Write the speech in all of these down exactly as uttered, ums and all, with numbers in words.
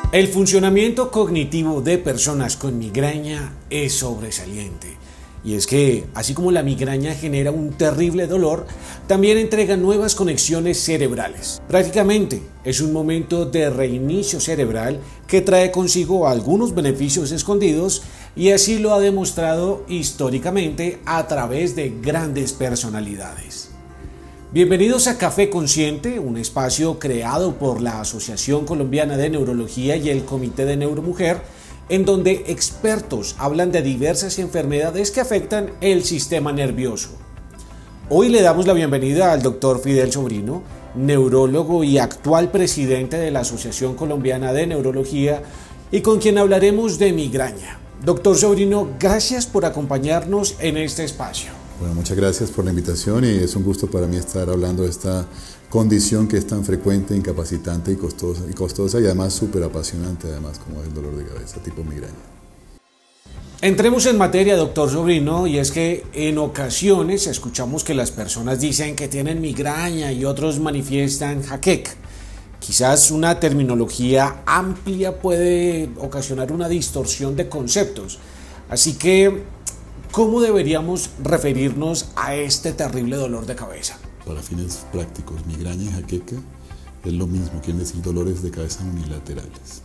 El funcionamiento cognitivo de personas con migraña es sobresaliente. Y es que, así como la migraña genera un terrible dolor, también entrega nuevas conexiones cerebrales. Prácticamente es un momento de reinicio cerebral que trae consigo algunos beneficios escondidos, y así lo ha demostrado históricamente a través de grandes personalidades. Bienvenidos a Café Consciente, un espacio creado por la Asociación Colombiana de Neurología y el Comité de Neuromujer, en donde expertos hablan de diversas enfermedades que afectan el sistema nervioso. Hoy le damos la bienvenida al doctor Fidel Sobrino, neurólogo y actual presidente de la Asociación Colombiana de Neurología, y con quien hablaremos de migraña. Doctor Sobrino, gracias por acompañarnos en este espacio. Bueno, muchas gracias por la invitación y es un gusto para mí estar hablando de esta condición que es tan frecuente, incapacitante y costosa, y costosa y además súper apasionante, además, como es el dolor de cabeza tipo migraña. Entremos en materia, doctor Sobrino, y es que en ocasiones escuchamos que las personas dicen que tienen migraña y otros manifiestan jaqueca. Quizás una terminología amplia puede ocasionar una distorsión de conceptos, así que ¿cómo deberíamos referirnos a este terrible dolor de cabeza? Para fines prácticos, migraña y jaqueca es lo mismo, quieren decir dolores de cabeza unilaterales.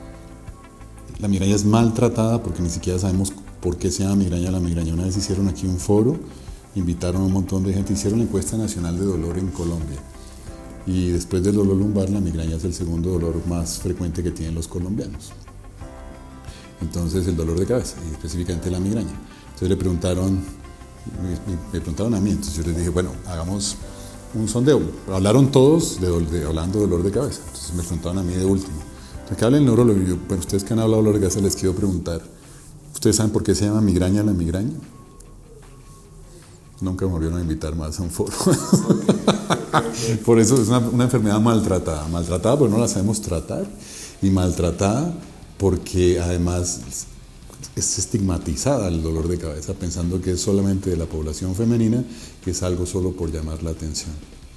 La migraña es maltratada porque ni siquiera sabemos por qué se llama migraña la migraña. Una vez hicieron aquí un foro, invitaron a un montón de gente, hicieron la encuesta nacional de dolor en Colombia. Y después del dolor lumbar, la migraña es el segundo dolor más frecuente que tienen los colombianos. Entonces, el dolor de cabeza, y específicamente la migraña. Entonces le preguntaron, me, me preguntaron a mí, entonces yo les dije, bueno, hagamos un sondeo. Hablaron todos de, de, hablando de dolor de cabeza, entonces me preguntaron a mí de último. Entonces, que habla el neurólogo, y yo, bueno, ustedes que han hablado de dolor de cabeza, les quiero preguntar, ¿ustedes saben por qué se llama migraña la migraña? Nunca me volvieron a invitar más a un foro. Por eso es una, una enfermedad maltratada, maltratada porque no la sabemos tratar, y maltratada porque además es estigmatizada el dolor de cabeza, pensando que es solamente de la población femenina, que es algo solo por llamar la atención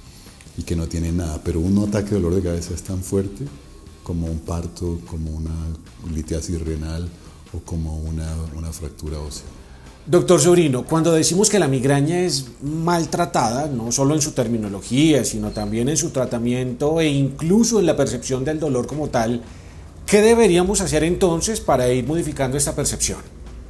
y que no tiene nada. Pero un ataque de dolor de cabeza es tan fuerte como un parto, como una litiasis renal o como una, una fractura ósea. Doctor Sobrino, cuando decimos que la migraña es maltratada, no solo en su terminología, sino también en su tratamiento e incluso en la percepción del dolor como tal, ¿qué deberíamos hacer entonces para ir modificando esta percepción?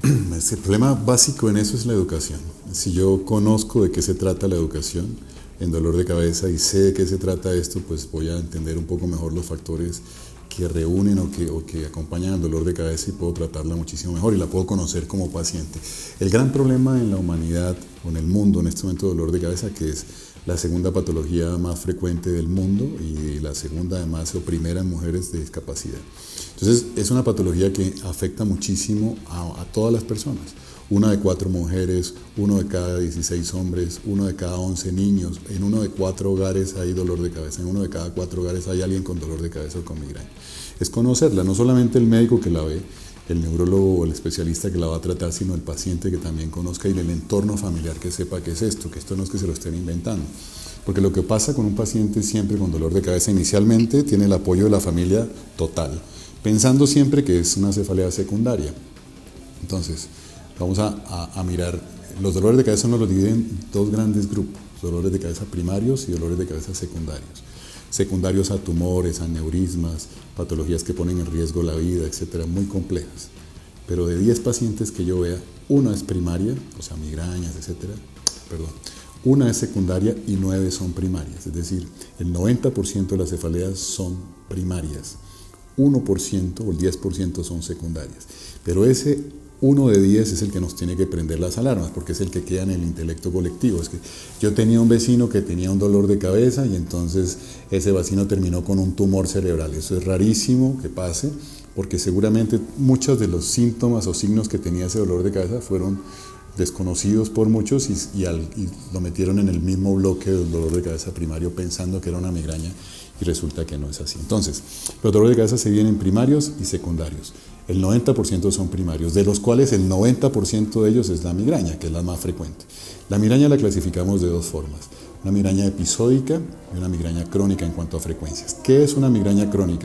El problema básico en eso es la educación. Si yo conozco de qué se trata la educación en dolor de cabeza y sé de qué se trata esto, pues voy a entender un poco mejor los factores que reúnen o que, o que acompañan al dolor de cabeza y puedo tratarla muchísimo mejor y la puedo conocer como paciente. El gran problema en la humanidad o en el mundo en este momento de dolor de cabeza, que es la segunda patología más frecuente del mundo y la segunda además o primera en mujeres de discapacidad. Entonces es una patología que afecta muchísimo a, a todas las personas. Una de cuatro mujeres, uno de cada dieciséis hombres, uno de cada once niños. En uno de cuatro hogares hay dolor de cabeza, en uno de cada cuatro hogares hay alguien con dolor de cabeza o con migraña. Es conocerla, no solamente el médico que la ve, el neurólogo o el especialista que la va a tratar, sino el paciente que también conozca y el entorno familiar que sepa qué es esto, que esto no es que se lo estén inventando. Porque lo que pasa con un paciente siempre con dolor de cabeza inicialmente tiene el apoyo de la familia total, pensando siempre que es una cefalea secundaria. Entonces, vamos a, a, a mirar, los dolores de cabeza nos los dividen en dos grandes grupos, dolores de cabeza primarios y dolores de cabeza secundarios. Secundarios a tumores, aneurismas, patologías que ponen en riesgo la vida, etcétera, muy complejas. Pero de diez pacientes que yo vea, una es primaria, o sea, migrañas, etcétera, perdón, una es secundaria y nueve son primarias, es decir, el noventa por ciento de las cefaleas son primarias, uno por ciento o el diez por ciento son secundarias, pero ese uno de diez es el que nos tiene que prender las alarmas, porque es el que queda en el intelecto colectivo. Es que yo tenía un vecino que tenía un dolor de cabeza y entonces ese vecino terminó con un tumor cerebral. Eso es rarísimo que pase, porque seguramente muchos de los síntomas o signos que tenía ese dolor de cabeza fueron desconocidos por muchos y, y, al, y lo metieron en el mismo bloque del dolor de cabeza primario pensando que era una migraña y resulta que no es así. Entonces, los dolores de cabeza se dividen en primarios y secundarios. El noventa por ciento son primarios, de los cuales el noventa por ciento de ellos es la migraña, que es la más frecuente. La migraña la clasificamos de dos formas, una migraña episódica y una migraña crónica en cuanto a frecuencias. ¿Qué es una migraña crónica?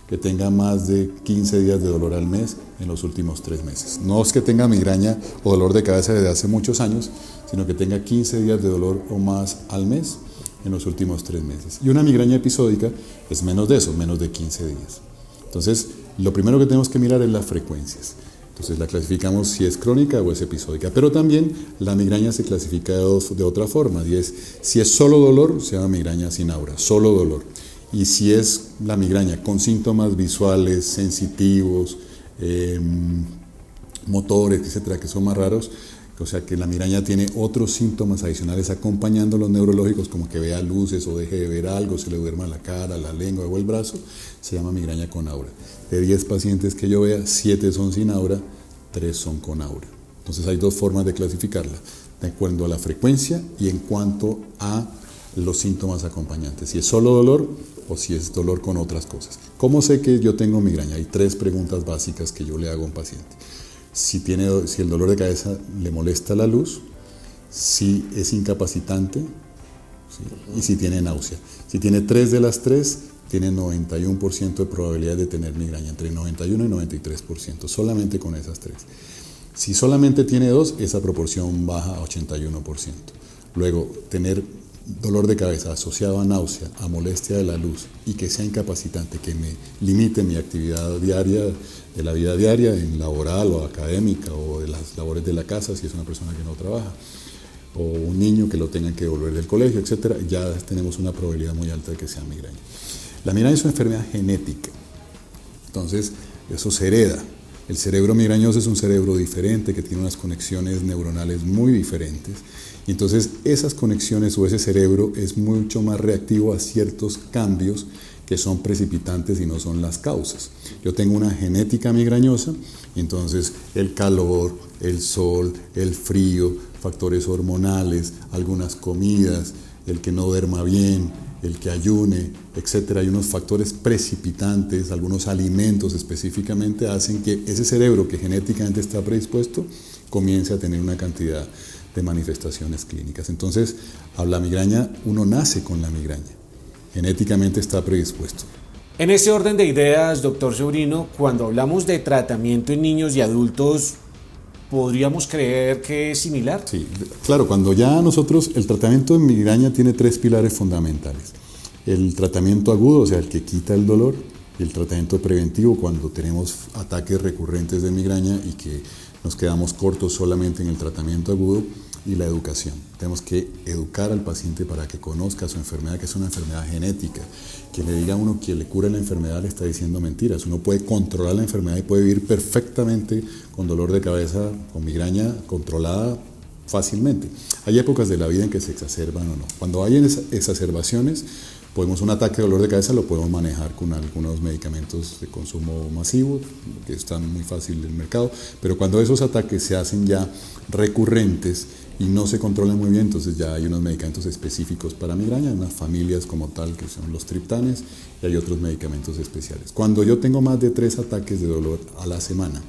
que tenga más de quince días de dolor al mes en los últimos tres meses. No es que tenga migraña o dolor de cabeza desde hace muchos años, sino que tenga quince días de dolor o más al mes en los últimos tres meses. Y una migraña episódica es menos de eso, menos de quince días. Entonces, lo primero que tenemos que mirar es las frecuencias. Entonces la clasificamos si es crónica o es episódica, pero también la migraña se clasifica de, dos, de otra forma, y es si es solo dolor, se llama migraña sin aura, solo dolor. Y si es la migraña con síntomas visuales, sensitivos, eh, motores, etcétera, que son más raros, o sea que la migraña tiene otros síntomas adicionales acompañando los neurológicos, como que vea luces o deje de ver algo, se le duerma la cara, la lengua o el brazo, se llama migraña con aura. De diez pacientes que yo vea, siete son sin aura, tres son con aura. Entonces hay dos formas de clasificarla, de acuerdo a la frecuencia y en cuanto a los síntomas acompañantes, si es solo dolor o si es dolor con otras cosas. ¿Cómo sé que yo tengo migraña? Hay tres preguntas básicas que yo le hago a un paciente. Si, tiene, si el dolor de cabeza le molesta la luz, si es incapacitante, ¿sí? Y si tiene náusea. Si tiene tres de las tres, tiene noventa y uno por ciento de probabilidad de tener migraña, entre noventa y uno y noventa y tres por ciento, solamente con esas tres. Si solamente tiene dos, esa proporción baja a ochenta y uno por ciento. Luego, tener dolor de cabeza asociado a náusea, a molestia de la luz y que sea incapacitante, que me limite mi actividad diaria, de la vida diaria, en laboral o académica o de las labores de la casa, si es una persona que no trabaja, o un niño que lo tengan que devolver del colegio, etcétera, ya tenemos una probabilidad muy alta de que sea migraña. La migraña es una enfermedad genética, entonces eso se hereda. El cerebro migrañoso es un cerebro diferente que tiene unas conexiones neuronales muy diferentes y entonces esas conexiones o ese cerebro es mucho más reactivo a ciertos cambios que son precipitantes y no son las causas. Yo tengo una genética migrañosa y entonces el calor, el sol, el frío, factores hormonales, algunas comidas, el que no duerma bien, el que ayune, etcétera. Hay unos factores precipitantes, algunos alimentos específicamente hacen que ese cerebro que genéticamente está predispuesto comience a tener una cantidad de manifestaciones clínicas. Entonces, a la migraña, uno nace con la migraña, genéticamente está predispuesto. En ese orden de ideas, doctor Sobrino, cuando hablamos de tratamiento en niños y adultos, ¿podríamos creer que es similar? Sí, claro, cuando ya nosotros, el tratamiento de migraña tiene tres pilares fundamentales. El tratamiento agudo, o sea, el que quita el dolor, y el tratamiento preventivo cuando tenemos ataques recurrentes de migraña y que nos quedamos cortos solamente en el tratamiento agudo, y la educación. Tenemos que educar al paciente para que conozca su enfermedad, que es una enfermedad genética. Que le diga a uno que le cura la enfermedad le está diciendo mentiras. Uno puede controlar la enfermedad y puede vivir perfectamente con dolor de cabeza, con migraña controlada fácilmente. Hay épocas de la vida en que se exacerban o no. Cuando hay exacerbaciones, podemos un ataque de dolor de cabeza lo podemos manejar con algunos medicamentos de consumo masivo, que están muy fácil en el mercado, pero cuando esos ataques se hacen ya recurrentes y no se controlan muy bien, entonces ya hay unos medicamentos específicos para migraña, unas familias como tal que son los triptanes y hay otros medicamentos especiales. Cuando yo tengo más de tres ataques de dolor a la semana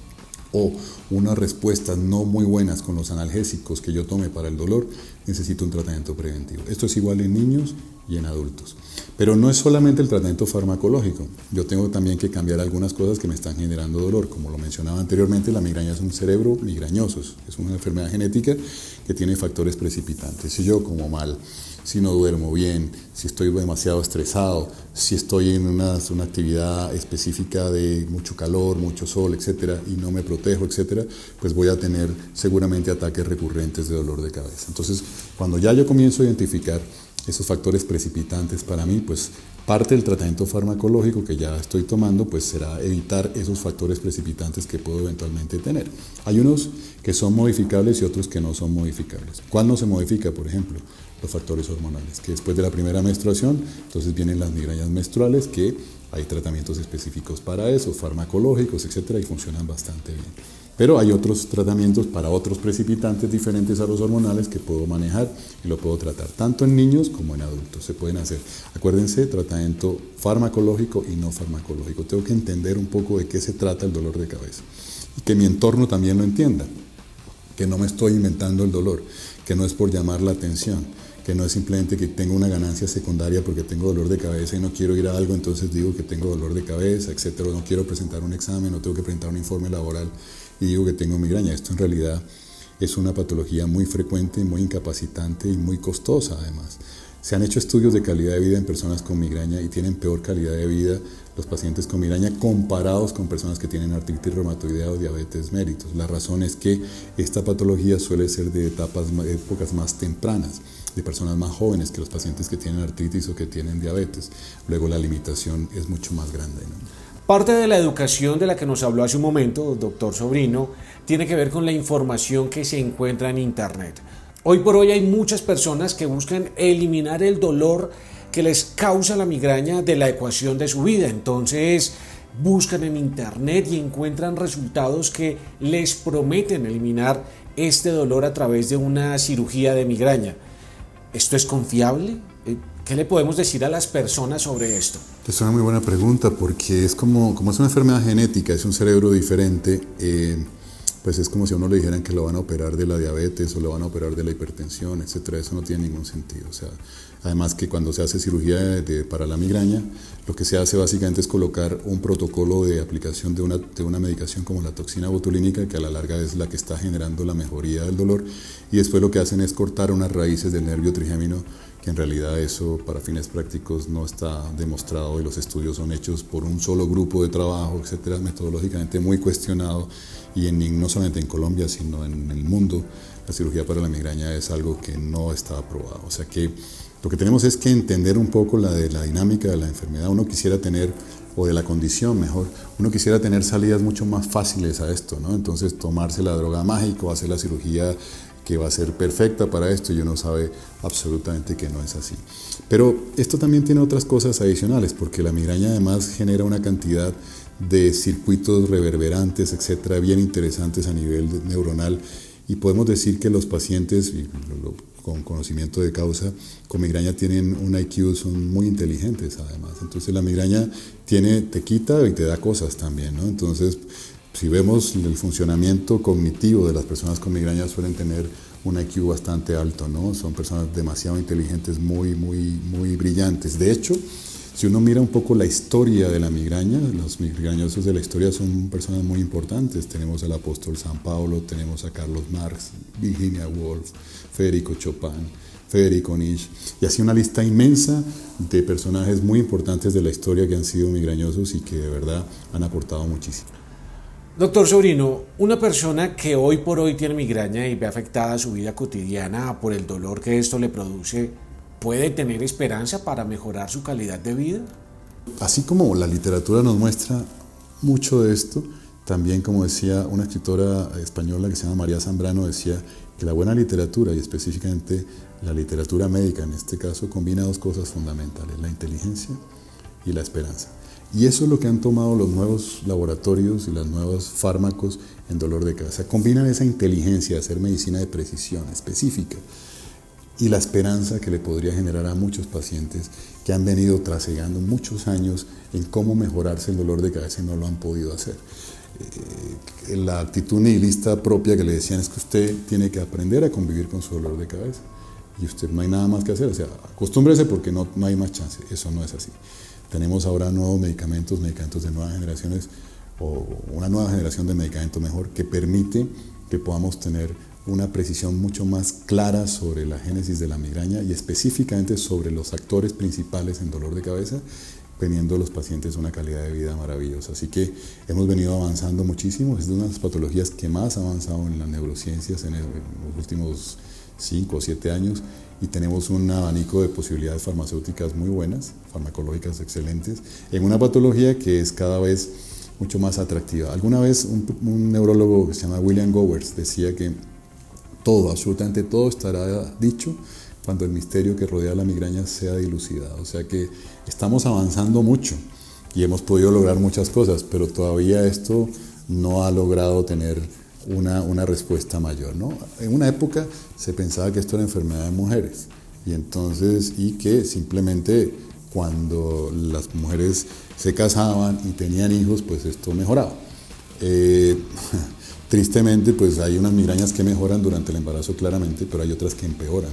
o unas respuestas no muy buenas con los analgésicos que yo tome para el dolor, necesito un tratamiento preventivo. Esto es igual en niños y en adultos. Pero no es solamente el tratamiento farmacológico. Yo tengo también que cambiar algunas cosas que me están generando dolor. Como lo mencionaba anteriormente, la migraña es un cerebro migrañoso. Es una enfermedad genética que tiene factores precipitantes. Si yo como mal, si no duermo bien, si estoy demasiado estresado, si estoy en una, una actividad específica de mucho calor, mucho sol, etcétera, y no me protejo, etcétera, pues voy a tener seguramente ataques recurrentes de dolor de cabeza. Entonces, cuando ya yo comienzo a identificar esos factores precipitantes para mí, pues parte del tratamiento farmacológico que ya estoy tomando, pues será evitar esos factores precipitantes que puedo eventualmente tener. Hay unos que son modificables y otros que no son modificables. ¿Cuál no se modifica, por ejemplo? Los factores hormonales, que después de la primera menstruación, entonces vienen las migrañas menstruales, que hay tratamientos específicos para eso, farmacológicos, etcétera, y funcionan bastante bien. Pero hay otros tratamientos para otros precipitantes diferentes a los hormonales que puedo manejar y lo puedo tratar tanto en niños como en adultos. Se pueden hacer, acuérdense, tratamiento farmacológico y no farmacológico. Tengo que entender un poco de qué se trata el dolor de cabeza y que mi entorno también lo entienda, que no me estoy inventando el dolor, que no es por llamar la atención, que no es simplemente que tengo una ganancia secundaria porque tengo dolor de cabeza y no quiero ir a algo, entonces digo que tengo dolor de cabeza, etcétera, no quiero presentar un examen, no tengo que presentar un informe laboral y digo que tengo migraña. Esto en realidad es una patología muy frecuente, muy incapacitante y muy costosa además. Se han hecho estudios de calidad de vida en personas con migraña y tienen peor calidad de vida los pacientes con migraña comparados con personas que tienen artritis reumatoidea o diabetes mellitus. La razón es que esta patología suele ser de etapas, épocas más tempranas, de personas más jóvenes que los pacientes que tienen artritis o que tienen diabetes. Luego la limitación es mucho más grande, ¿no? Parte de la educación de la que nos habló hace un momento, doctor Sobrino, tiene que ver con la información que se encuentra en Internet. Hoy por hoy hay muchas personas que buscan eliminar el dolor que les causa la migraña de la ecuación de su vida. Entonces buscan en Internet y encuentran resultados que les prometen eliminar este dolor a través de una cirugía de migraña. ¿Esto es confiable? ¿Qué le podemos decir a las personas sobre esto? Es una muy buena pregunta porque es como, como es una enfermedad genética, es un cerebro diferente, eh, pues es como si a uno le dijeran que lo van a operar de la diabetes o lo van a operar de la hipertensión, etcétera. Eso no tiene ningún sentido. O sea, además que cuando se hace cirugía de, de, para la migraña, lo que se hace básicamente es colocar un protocolo de aplicación de una, de una medicación como la toxina botulínica, que a la larga es la que está generando la mejoría del dolor, y después lo que hacen es cortar unas raíces del nervio trigémino, que en realidad eso para fines prácticos no está demostrado y los estudios son hechos por un solo grupo de trabajo, etcétera, metodológicamente muy cuestionado, y en, no solamente en Colombia sino en el mundo la cirugía para la migraña es algo que no está aprobado. O sea que lo que tenemos es que entender un poco la, de la dinámica de la enfermedad. Uno quisiera tener, o de la condición mejor, uno quisiera tener salidas mucho más fáciles a esto, ¿no? Entonces tomarse la droga mágica o hacer la cirugía que va a ser perfecta para esto, y uno sabe absolutamente que no es así. Pero esto también tiene otras cosas adicionales, porque la migraña además genera una cantidad de circuitos reverberantes, etcétera, bien interesantes a nivel neuronal, y podemos decir que los pacientes y lo, con conocimiento de causa con migraña tienen un I Q, son muy inteligentes además. Entonces la migraña tiene, te quita y te da cosas también, ¿no? Entonces, si vemos el funcionamiento cognitivo de las personas con migraña, suelen tener un I Q bastante alto, ¿no? Son personas demasiado inteligentes, muy, muy, muy brillantes. De hecho, si uno mira un poco la historia de la migraña, los migrañosos de la historia son personas muy importantes. Tenemos al apóstol San Pablo, tenemos a Carlos Marx, Virginia Woolf, Federico Chopin, Federico Nietzsche, y así una lista inmensa de personajes muy importantes de la historia que han sido migrañosos y que de verdad han aportado muchísimo. Doctor Sobrino, una persona que hoy por hoy tiene migraña y ve afectada su vida cotidiana por el dolor que esto le produce, ¿puede tener esperanza para mejorar su calidad de vida? Así como la literatura nos muestra mucho de esto, también, como decía una escritora española que se llama María Zambrano, decía que la buena literatura, y específicamente la literatura médica en este caso, combina dos cosas fundamentales: la inteligencia y la esperanza. Y eso es lo que han tomado los nuevos laboratorios y los nuevos fármacos en dolor de cabeza. Combinan esa inteligencia de hacer medicina de precisión específica y la esperanza que le podría generar a muchos pacientes que han venido trasegando muchos años en cómo mejorarse el dolor de cabeza y no lo han podido hacer. Eh, la actitud nihilista propia que le decían es que usted tiene que aprender a convivir con su dolor de cabeza y usted no hay nada más que hacer, o sea, acostúmbrese porque no, no hay más chance. Eso no es así. Tenemos ahora nuevos medicamentos, medicamentos de nuevas generaciones, o una nueva generación de medicamentos mejor, que permite que podamos tener una precisión mucho más clara sobre la génesis de la migraña y específicamente sobre los actores principales en dolor de cabeza, teniendo los pacientes una calidad de vida maravillosa. Así que hemos venido avanzando muchísimo. Es de una de las patologías que más ha avanzado en las neurociencias en, el, en los últimos cinco o siete años, y tenemos un abanico de posibilidades farmacéuticas muy buenas, farmacológicas excelentes, en una patología que es cada vez mucho más atractiva. Alguna vez un, un neurólogo que se llama William Gowers decía que todo, absolutamente todo estará dicho cuando el misterio que rodea la migraña sea dilucidado. O sea que estamos avanzando mucho y hemos podido lograr muchas cosas, pero todavía esto no ha logrado tener una, una respuesta mayor, ¿no? En una época se pensaba que esto era enfermedad de mujeres, y entonces, y que simplemente cuando las mujeres se casaban y tenían hijos, pues esto mejoraba. Eh, tristemente, pues hay unas migrañas que mejoran durante el embarazo claramente, pero hay otras que empeoran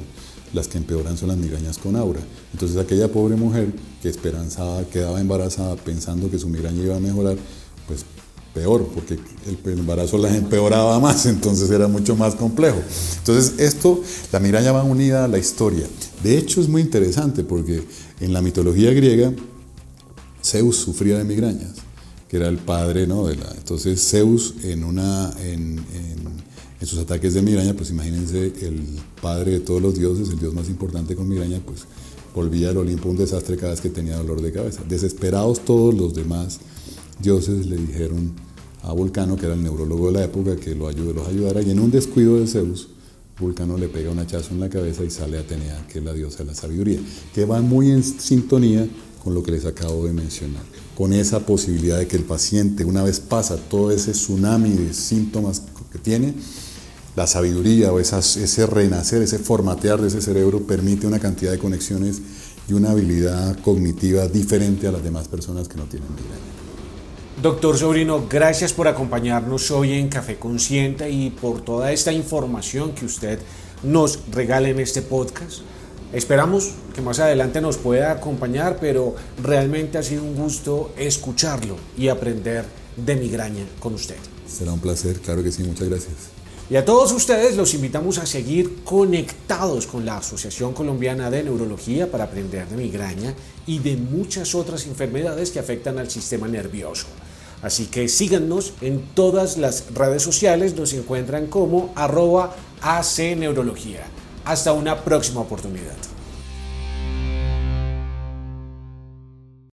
las que empeoran son las migrañas con aura. Entonces aquella pobre mujer que esperanzaba, quedaba embarazada pensando que su migraña iba a mejorar, pues peor, porque el embarazo las empeoraba más, entonces era mucho más complejo. Entonces esto, la migraña va unida a la historia. De hecho es muy interesante porque en la mitología griega Zeus sufría de migrañas, que era el padre, ¿no? de la, entonces Zeus en, una, en, en, en sus ataques de migraña, pues imagínense el padre de todos los dioses, el dios más importante con migraña, pues volvía al Olimpo un desastre cada vez que tenía dolor de cabeza. Desesperados todos los demás dioses le dijeron a Vulcano, que era el neurólogo de la época, que lo ayude, los ayudara, y en un descuido de Zeus, Vulcano le pega un hachazo en la cabeza y sale Atenea, que es la diosa de la sabiduría, que va muy en sintonía con lo que les acabo de mencionar, con esa posibilidad de que el paciente, una vez pasa todo ese tsunami de síntomas que tiene, la sabiduría o esas, ese renacer, ese formatear de ese cerebro permite una cantidad de conexiones y una habilidad cognitiva diferente a las demás personas que no tienen migraña. Doctor Sobrino, gracias por acompañarnos hoy en Café Consciente y por toda esta información que usted nos regala en este podcast. Esperamos que más adelante nos pueda acompañar, pero realmente ha sido un gusto escucharlo y aprender de migraña con usted. Será un placer, claro que sí, muchas gracias. Y a todos ustedes los invitamos a seguir conectados con la Asociación Colombiana de Neurología para aprender de migraña y de muchas otras enfermedades que afectan al sistema nervioso. Así que síganos en todas las redes sociales, nos encuentran como arroba A C Neurología. Hasta una próxima oportunidad.